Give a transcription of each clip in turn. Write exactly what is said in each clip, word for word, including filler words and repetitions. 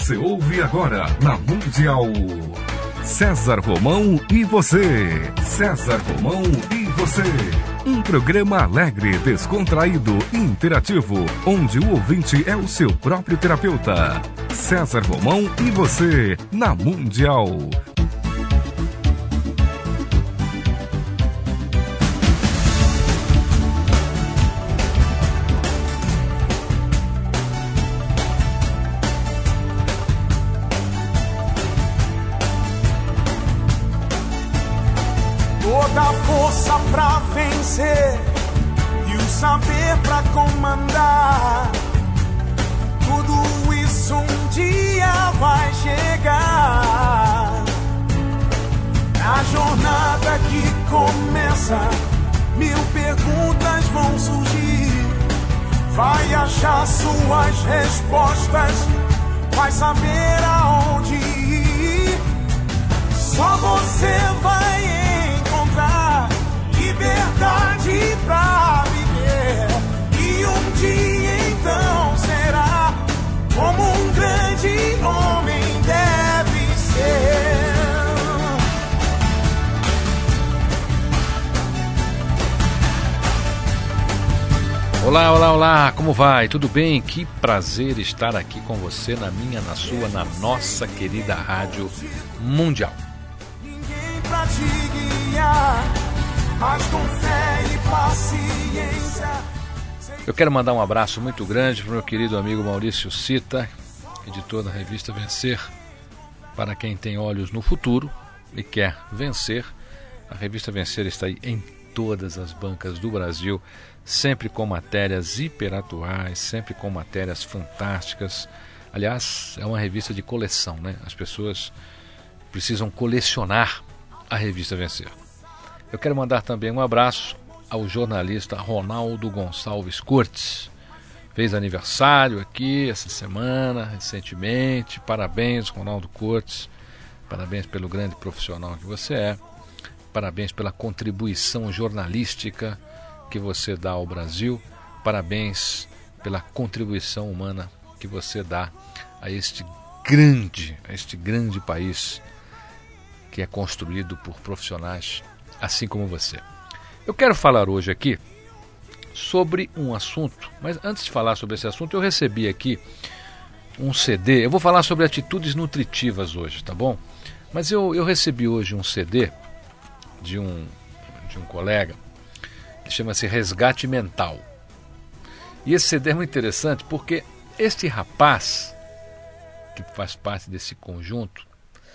Você ouve agora na Mundial. César Romão e você. César Romão e você. Um programa alegre, descontraído e interativo, onde o ouvinte é o seu próprio terapeuta. César Romão e você, na Mundial. Toda a força pra vencer e o saber pra comandar. Tudo isso um dia vai chegar. Na jornada que começa, mil perguntas vão surgir. Vai achar suas respostas, vai saber aonde ir. Só você vai encontrar liberdade pra viver. E um dia então será como um grande homem deve ser. Olá, olá, olá, como vai? Tudo bem? Que prazer estar aqui com você, na minha, na sua, na nossa querida Rádio Mundial. Pra te guiar, mas com fé e paciência. Eu quero mandar um abraço muito grande para o meu querido amigo Maurício Cita, editor da revista Vencer. Para quem tem olhos no futuro e quer vencer, a revista Vencer está aí em todas as bancas do Brasil, sempre com matérias hiperatuais, sempre com matérias fantásticas. Aliás, é uma revista de coleção, né? As pessoas precisam colecionar a revista Vencer. Eu quero mandar também um abraço ao jornalista Ronaldo Gonçalves Cortes. Fez aniversário aqui essa semana, recentemente. Parabéns, Ronaldo Cortes. Parabéns pelo grande profissional que você é. Parabéns pela contribuição jornalística que você dá ao Brasil. Parabéns pela contribuição humana que você dá a este grande, a este grande país que é construído por profissionais assim como você. Eu quero falar hoje aqui sobre um assunto, mas antes de falar sobre esse assunto, eu recebi aqui um C D. Eu vou falar sobre atitudes nutritivas hoje, tá bom? Mas eu, eu recebi hoje um C D de um, de um colega que chama-se Resgate Mental. E esse C D é muito interessante porque este rapaz, que faz parte desse conjunto,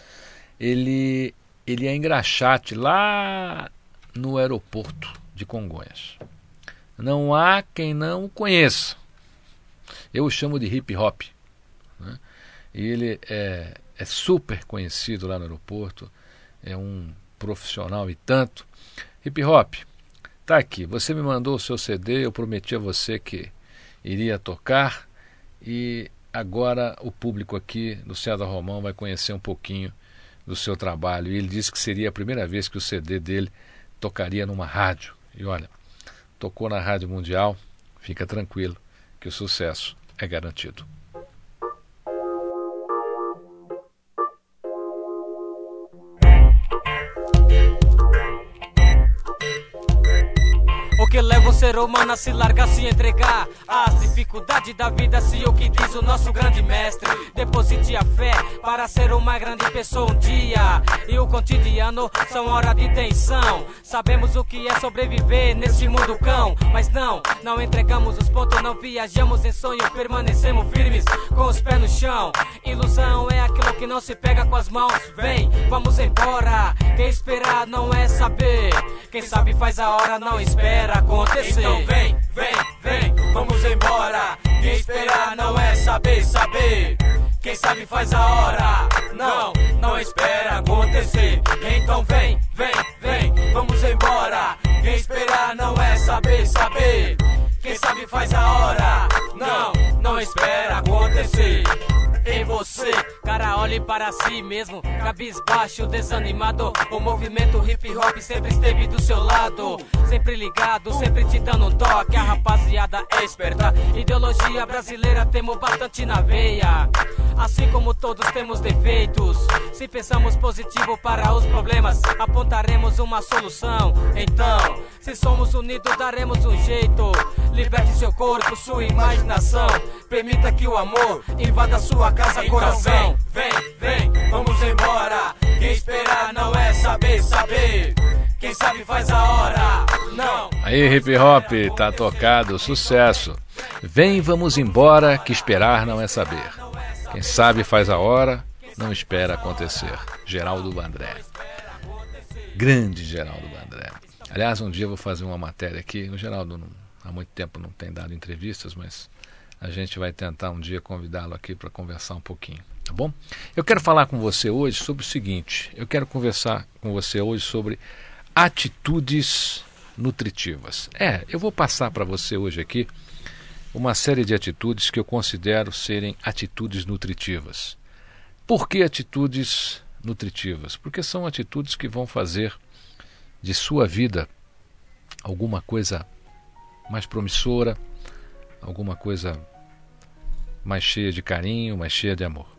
Ele, ele é engraxate lá no aeroporto de Congonhas. Não há quem não o conheça. Eu o chamo de hip hop, né? E ele é, é super conhecido lá no aeroporto. É um profissional e tanto. Hip hop, tá aqui. Você me mandou o seu C D. Eu prometi a você que iria tocar. E agora o público aqui do César Romão vai conhecer um pouquinho do seu trabalho. E ele disse que seria a primeira vez que o C D dele tocaria numa rádio. E olha, tocou na Rádio Mundial, fica tranquilo que o sucesso é garantido. O que leva o ser humano a se largar, se entregar às dificuldades da vida, se o que diz o nosso grande mestre. Deposite a fé para ser uma grande pessoa um dia. E o cotidiano são horas de tensão. Sabemos o que é sobreviver nesse mundo cão. Mas não, não entregamos os pontos, não viajamos em sonho, permanecemos firmes com os pés no chão. Ilusão é aquilo que não se pega com as mãos. Vem, vamos embora. Quem esperar não é saber. Quem sabe faz a hora, não espera acontecer. Então vem, vem, vem, vamos embora. Quem esperar não é saber, saber. Quem sabe faz a hora, não, não espera acontecer. Então vem, vem, vem, vamos embora. Quem esperar não é saber, saber. Quem sabe faz a hora, não, não espera acontecer. Em você, cara. cara olhe para si mesmo, cabisbaixo, desanimado. O movimento hip hop sempre esteve do seu lado, sempre ligado, sempre te dando um toque. A rapaziada é esperta, ideologia brasileira temos bastante na veia. Assim como todos temos defeitos, se pensamos positivo para os problemas, apontaremos uma solução. Então, se somos unidos, daremos um jeito. Liberte seu corpo, sua imaginação. Permita que o amor invada sua casa, então, coração. Vem, vem, vem, vamos embora. Quem esperar não é saber, saber. Quem sabe faz a hora, não. Aí, hip hop, tá tocado, sucesso. Vem, vamos embora, que esperar não é saber. Quem sabe faz a hora, não espera acontecer. Geraldo Vandré. Grande Geraldo Vandré. Aliás, um dia eu vou fazer uma matéria aqui. O Geraldo não, há muito tempo não tem dado entrevistas, mas a gente vai tentar um dia convidá-lo aqui para conversar um pouquinho, tá bom? Eu quero falar com você hoje sobre o seguinte. Eu quero conversar com você hoje sobre atitudes nutritivas. É, eu vou passar para você hoje aqui uma série de atitudes que eu considero serem atitudes nutritivas. Por que atitudes nutritivas? Porque são atitudes que vão fazer de sua vida alguma coisa mais promissora, alguma coisa mais cheia de carinho, mais cheia de amor.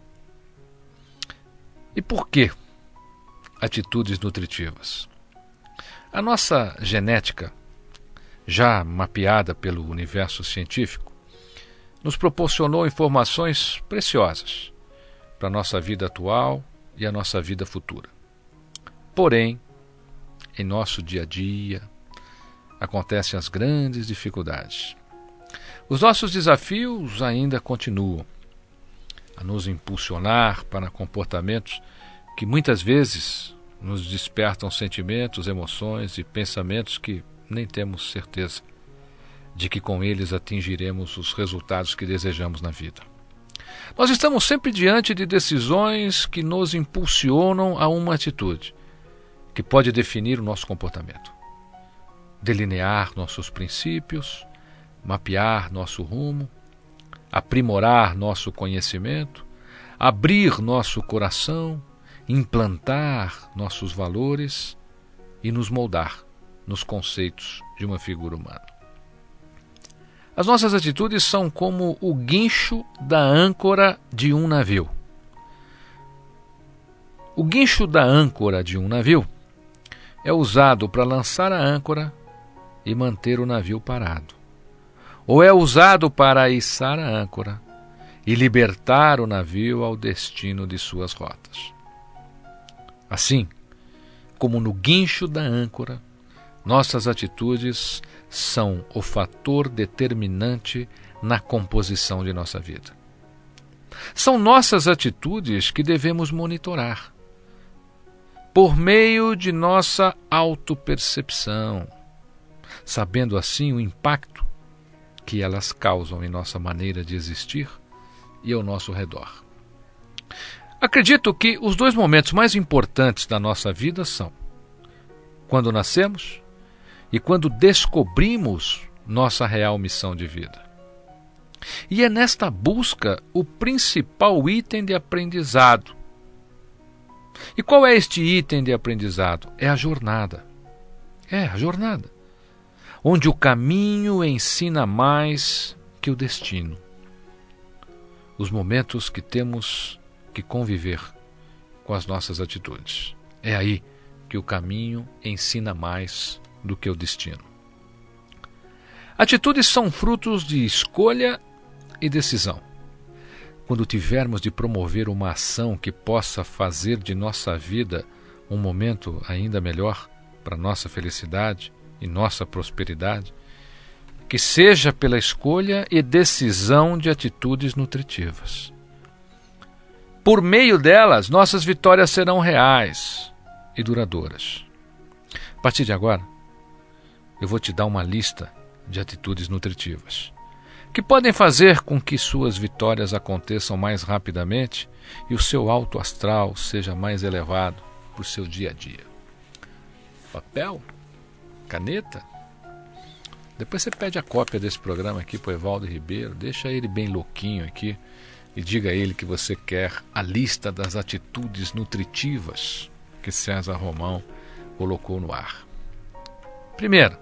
E por que atitudes nutritivas? A nossa genética, já mapeada pelo universo científico, nos proporcionou informações preciosas para a nossa vida atual e a nossa vida futura. Porém, em nosso dia a dia, acontecem as grandes dificuldades. Os nossos desafios ainda continuam a nos impulsionar para comportamentos que muitas vezes nos despertam sentimentos, emoções e pensamentos que nem temos certeza de que com eles atingiremos os resultados que desejamos na vida. Nós estamos sempre diante de decisões que nos impulsionam a uma atitude que pode definir o nosso comportamento, delinear nossos princípios, mapear nosso rumo, aprimorar nosso conhecimento, abrir nosso coração, implantar nossos valores e nos moldar nos conceitos de uma figura humana. As nossas atitudes são como o guincho da âncora de um navio. O guincho da âncora de um navio é usado para lançar a âncora e manter o navio parado, ou é usado para içar a âncora e libertar o navio ao destino de suas rotas. Assim, como no guincho da âncora, nossas atitudes são o fator determinante na composição de nossa vida. São nossas atitudes que devemos monitorar, por meio de nossa autopercepção, sabendo assim o impacto que elas causam em nossa maneira de existir e ao nosso redor. Acredito que os dois momentos mais importantes da nossa vida são quando nascemos e quando descobrimos nossa real missão de vida. E é nesta busca o principal item de aprendizado. E qual é este item de aprendizado? É a jornada. É a jornada, onde o caminho ensina mais que o destino. Os momentos que temos que conviver com as nossas atitudes. É aí que o caminho ensina mais do que o destino. Atitudes são frutos de escolha e decisão. Quando tivermos de promover uma ação que possa fazer de nossa vida um momento ainda melhor para nossa felicidade e nossa prosperidade, que seja pela escolha e decisão de atitudes nutritivas. Por meio delas, nossas vitórias serão reais e duradouras. A partir de agora, eu vou te dar uma lista de atitudes nutritivas que podem fazer com que suas vitórias aconteçam mais rapidamente e o seu alto astral seja mais elevado para o seu dia a dia. Papel? Caneta? Depois você pede a cópia desse programa aqui para o Evaldo Ribeiro, deixa ele bem louquinho aqui, e diga a ele que você quer a lista das atitudes nutritivas que César Romão colocou no ar. Primeiro,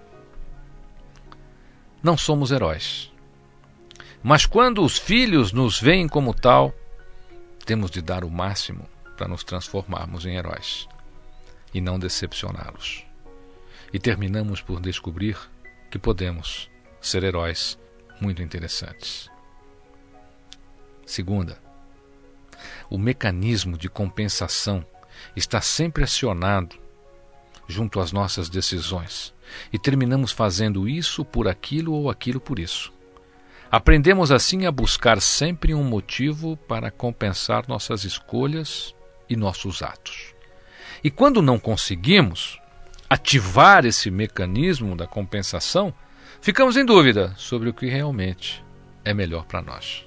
não somos heróis. Mas quando os filhos nos veem como tal, temos de dar o máximo para nos transformarmos em heróis e não decepcioná-los. E terminamos por descobrir que podemos ser heróis muito interessantes. Segunda, o mecanismo de compensação está sempre acionado junto às nossas decisões e terminamos fazendo isso por aquilo ou aquilo por isso. Aprendemos assim a buscar sempre um motivo para compensar nossas escolhas e nossos atos. E quando não conseguimos ativar esse mecanismo da compensação, ficamos em dúvida sobre o que realmente é melhor para nós.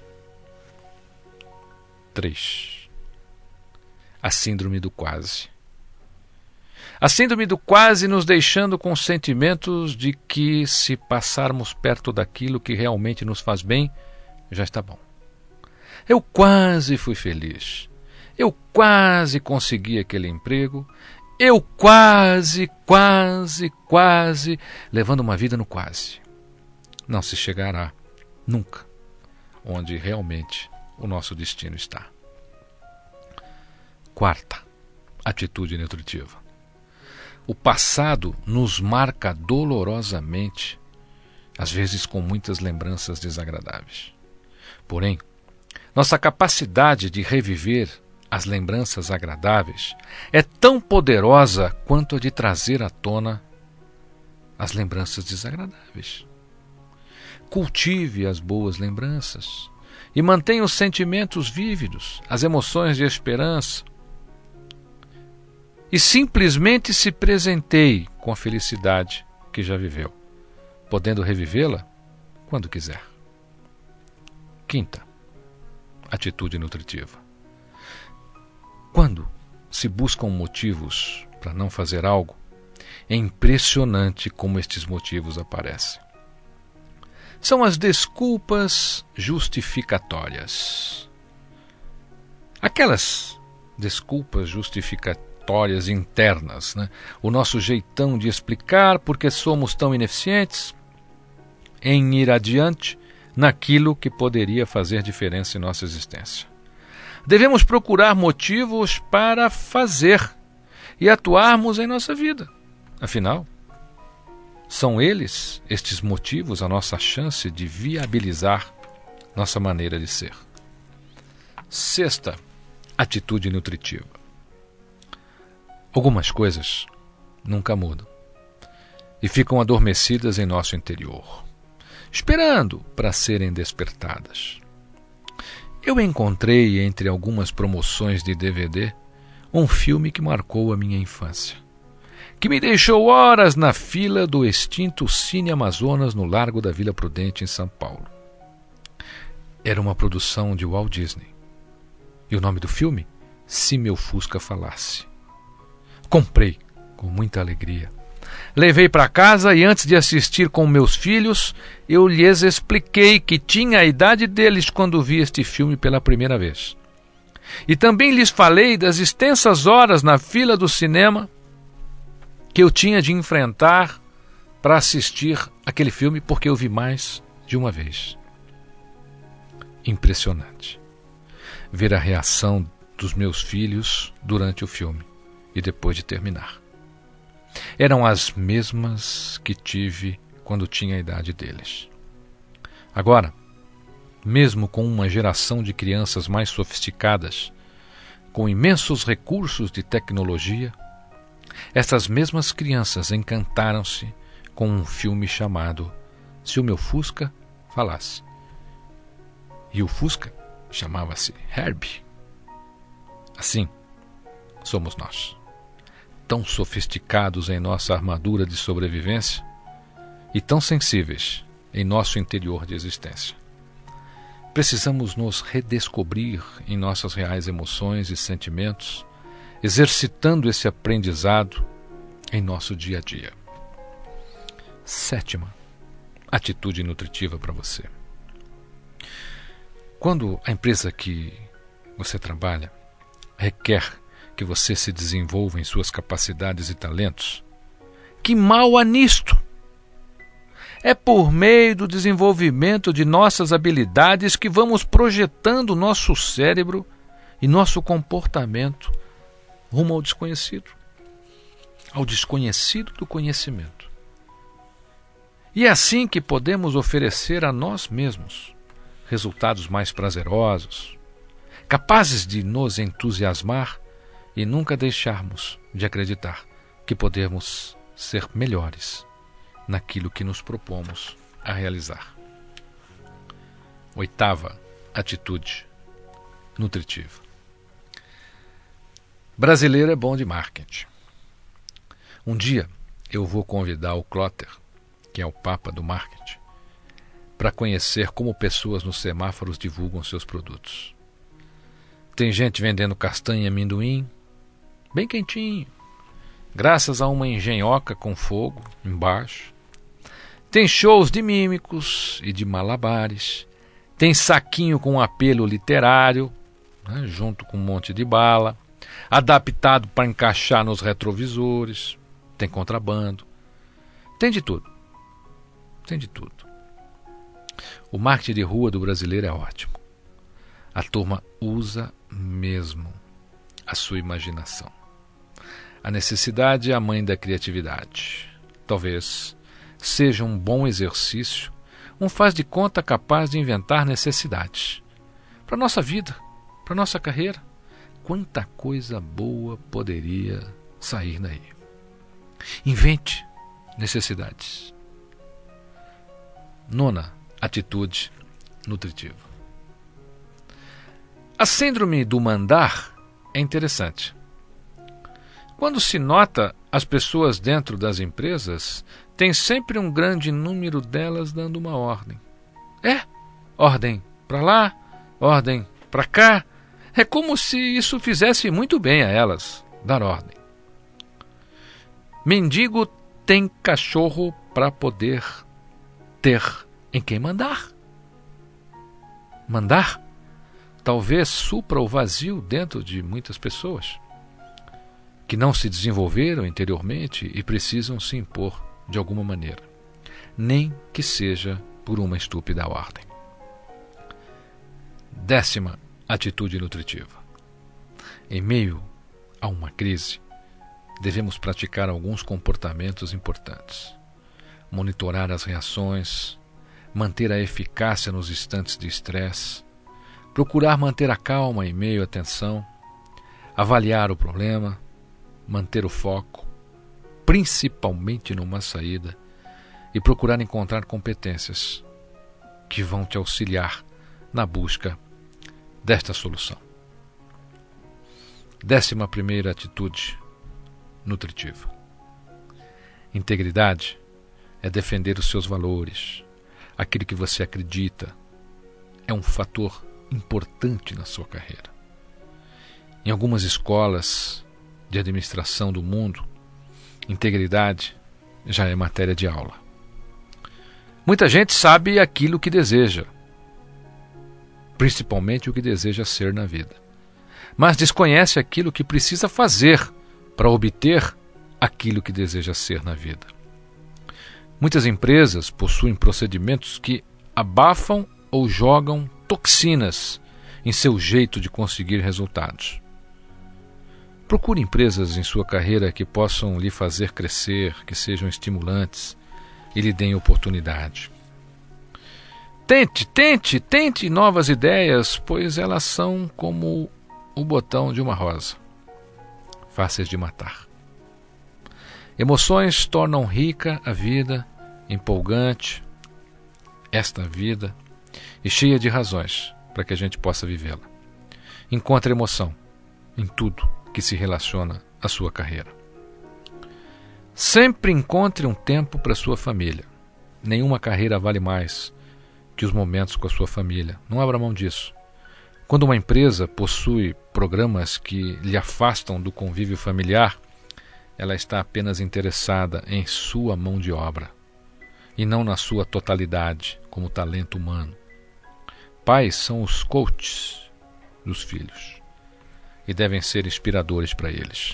três. A síndrome do quase. A síndrome do quase nos deixando com sentimentos de que se passarmos perto daquilo que realmente nos faz bem, já está bom. Eu quase fui feliz. Eu quase consegui aquele emprego. Eu quase, quase, quase, levando uma vida no quase. Não se chegará nunca onde realmente o nosso destino está. Quarta, atitude nutritiva. O passado nos marca dolorosamente, às vezes com muitas lembranças desagradáveis. Porém, nossa capacidade de reviver as lembranças agradáveis é tão poderosa quanto a de trazer à tona as lembranças desagradáveis. Cultive as boas lembranças e mantenha os sentimentos vívidos, as emoções de esperança, e simplesmente se presenteie com a felicidade que já viveu, podendo revivê-la quando quiser. Quinta, atitude nutritiva. Quando se buscam motivos para não fazer algo, é impressionante como estes motivos aparecem. São as desculpas justificatórias. Aquelas desculpas justificatórias internas, né? O nosso jeitão de explicar porque somos tão ineficientes em ir adiante naquilo que poderia fazer diferença em nossa existência. Devemos procurar motivos para fazer e atuarmos em nossa vida. Afinal, são eles, estes motivos, a nossa chance de viabilizar nossa maneira de ser. Sexta, atitude nutritiva. Algumas coisas nunca mudam e ficam adormecidas em nosso interior, esperando para serem despertadas. Eu encontrei entre algumas promoções de D V D um filme que marcou a minha infância, que me deixou horas na fila do extinto Cine Amazonas no Largo da Vila Prudente, em São Paulo. Era uma produção de Walt Disney. E o nome do filme? Se Meu Fusca Falasse. Comprei com muita alegria. Levei para casa e antes de assistir com meus filhos, eu lhes expliquei que tinha a idade deles quando vi este filme pela primeira vez. E também lhes falei das extensas horas na fila do cinema que eu tinha de enfrentar para assistir aquele filme, porque eu vi mais de uma vez. Impressionante ver a reação dos meus filhos durante o filme e depois de terminar. Eram as mesmas que tive quando tinha a idade deles. Agora, mesmo com uma geração de crianças mais sofisticadas, com imensos recursos de tecnologia, essas mesmas crianças encantaram-se com um filme chamado Se o Meu Fusca Falasse. E o Fusca chamava-se Herbie. Assim somos nós, tão sofisticados em nossa armadura de sobrevivência e tão sensíveis em nosso interior de existência. Precisamos nos redescobrir em nossas reais emoções e sentimentos, exercitando esse aprendizado em nosso dia a dia. Sétima atitude nutritiva para você. Quando a empresa que você trabalha requer que você se desenvolva em suas capacidades e talentos, que mal há nisto? É por meio do desenvolvimento de nossas habilidades que vamos projetando nosso cérebro e nosso comportamento rumo ao desconhecido, ao desconhecido do conhecimento. E é assim que podemos oferecer a nós mesmos resultados mais prazerosos, capazes de nos entusiasmar e nunca deixarmos de acreditar que podemos ser melhores naquilo que nos propomos a realizar. Oitava atitude nutritiva. Brasileiro é bom de marketing. Um dia eu vou convidar o Klotter, que é o papa do marketing, para conhecer como pessoas nos semáforos divulgam seus produtos. Tem gente vendendo castanha e amendoim, bem quentinho, graças a uma engenhoca com fogo embaixo. Tem shows de mímicos e de malabares. Tem saquinho com apelo literário, né, junto com um monte de bala, adaptado para encaixar nos retrovisores. Tem contrabando. Tem de tudo. Tem de tudo. O marketing de rua do brasileiro é ótimo. A turma usa mesmo a sua imaginação. A necessidade é a mãe da criatividade. Talvez seja um bom exercício, um faz de conta capaz de inventar necessidades. Para a nossa vida, para a nossa carreira, quanta coisa boa poderia sair daí. Invente necessidades. Nona atitude nutritiva. A síndrome do mandar é interessante. Quando se nota as pessoas dentro das empresas, tem sempre um grande número delas dando uma ordem. É, ordem para lá, ordem para cá. É como se isso fizesse muito bem a elas, dar ordem. Mendigo tem cachorro para poder ter em quem mandar. Mandar talvez supra o vazio dentro de muitas pessoas que não se desenvolveram interiormente e precisam se impor de alguma maneira, nem que seja por uma estúpida ordem. Décima atitude nutritiva. Em meio a uma crise, devemos praticar alguns comportamentos importantes. Monitorar as reações, manter a eficácia nos instantes de estresse, procurar manter a calma em meio à tensão, avaliar o problema, manter o foco, principalmente numa saída, e procurar encontrar competências que vão te auxiliar na busca desta solução. Décima primeira atitude nutritiva. Integridade é defender os seus valores, aquilo que você acredita. É um fator importante na sua carreira. Em algumas escolas de administração do mundo, integridade já é matéria de aula. Muita gente sabe aquilo que deseja, principalmente o que deseja ser na vida, mas desconhece aquilo que precisa fazer para obter aquilo que deseja ser na vida. Muitas empresas possuem procedimentos que abafam ou jogam toxinas em seu jeito de conseguir resultados. Procure empresas em sua carreira que possam lhe fazer crescer, que sejam estimulantes e lhe deem oportunidade. Tente, tente, tente novas ideias, pois elas são como o botão de uma rosa, fáceis de matar. Emoções tornam rica a vida, empolgante esta vida e cheia de razões para que a gente possa vivê-la. Encontre emoção em tudo que se relaciona à sua carreira. Sempre encontre um tempo para sua família. Nenhuma carreira vale mais que os momentos com a sua família. Não abra mão disso. Quando uma empresa possui programas que lhe afastam do convívio familiar, ela está apenas interessada em sua mão de obra e não na sua totalidade como talento humano. Pais são os coaches dos filhos e devem ser inspiradores para eles.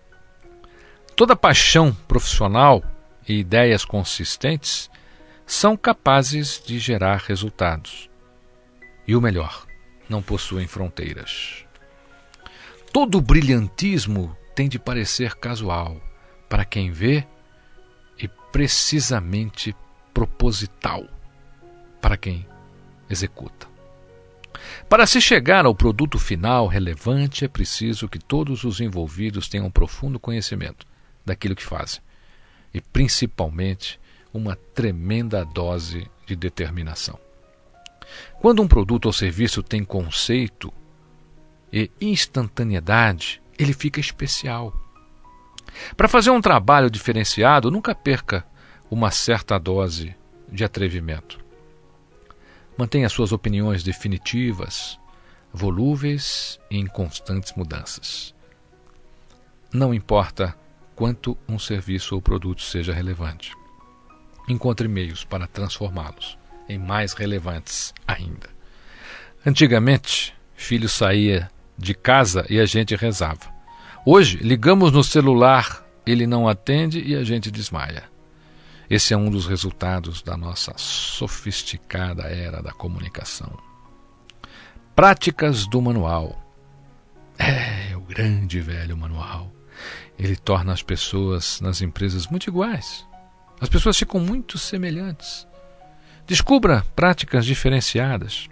Toda paixão profissional e ideias consistentes são capazes de gerar resultados. E o melhor, não possuem fronteiras. Todo brilhantismo tem de parecer casual para quem vê e precisamente proposital para quem executa. Para se chegar ao produto final relevante, é preciso que todos os envolvidos tenham um profundo conhecimento daquilo que fazem e, principalmente, uma tremenda dose de determinação. Quando um produto ou serviço tem conceito e instantaneidade, ele fica especial. Para fazer um trabalho diferenciado, nunca perca uma certa dose de atrevimento. Mantenha suas opiniões definitivas, volúveis e em constantes mudanças. Não importa quanto um serviço ou produto seja relevante. Encontre meios para transformá-los em mais relevantes ainda. Antigamente, filho saía de casa e a gente rezava. Hoje, ligamos no celular, ele não atende e a gente desmaia. Esse é um dos resultados da nossa sofisticada era da comunicação. Práticas do manual. É, o grande velho manual. Ele torna as pessoas nas empresas muito iguais. As pessoas ficam muito semelhantes. Descubra práticas diferenciadas.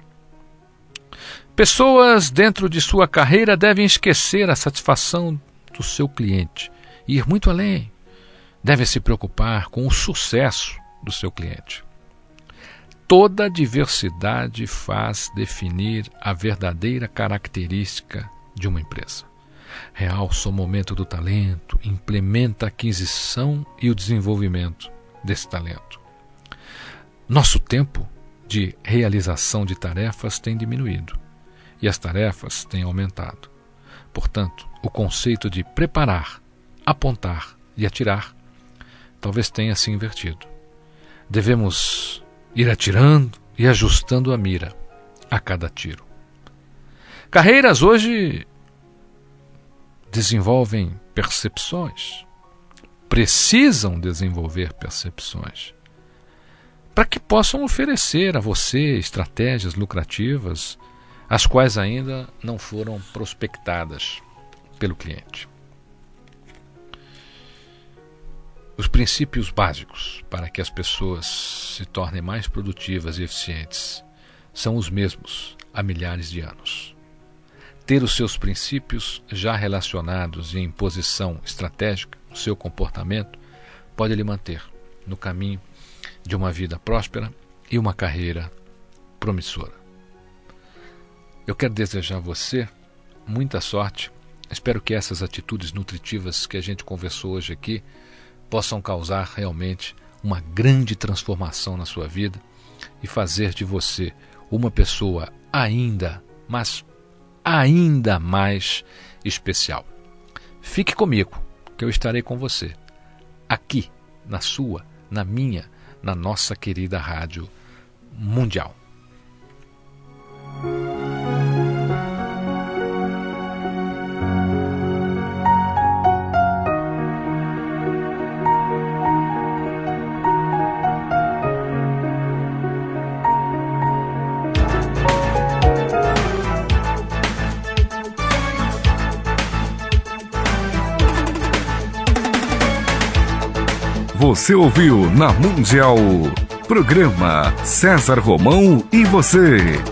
Pessoas dentro de sua carreira devem esquecer a satisfação do seu cliente e ir muito além. Devem se preocupar com o sucesso do seu cliente. Toda diversidade faz definir a verdadeira característica de uma empresa. Realça o momento do talento, implementa a aquisição e o desenvolvimento desse talento. Nosso tempo de realização de tarefas tem diminuído e as tarefas têm aumentado. Portanto, o conceito de preparar, apontar e atirar talvez tenha se invertido. Devemos ir atirando e ajustando a mira a cada tiro. Carreiras hoje desenvolvem percepções, precisam desenvolver percepções, para que possam oferecer a você estratégias lucrativas, as quais ainda não foram prospectadas pelo cliente. Os princípios básicos para que as pessoas se tornem mais produtivas e eficientes são os mesmos há milhares de anos. Ter os seus princípios já relacionados e em posição estratégica no seu comportamento pode lhe manter no caminho de uma vida próspera e uma carreira promissora. Eu quero desejar a você muita sorte. Espero que essas atitudes nutritivas que a gente conversou hoje aqui possam causar realmente uma grande transformação na sua vida e fazer de você uma pessoa ainda, mas ainda mais especial. Fique comigo, que eu estarei com você, aqui, na sua, na minha, na nossa querida Rádio Mundial. Você ouviu na Mundial, programa César Romão e você.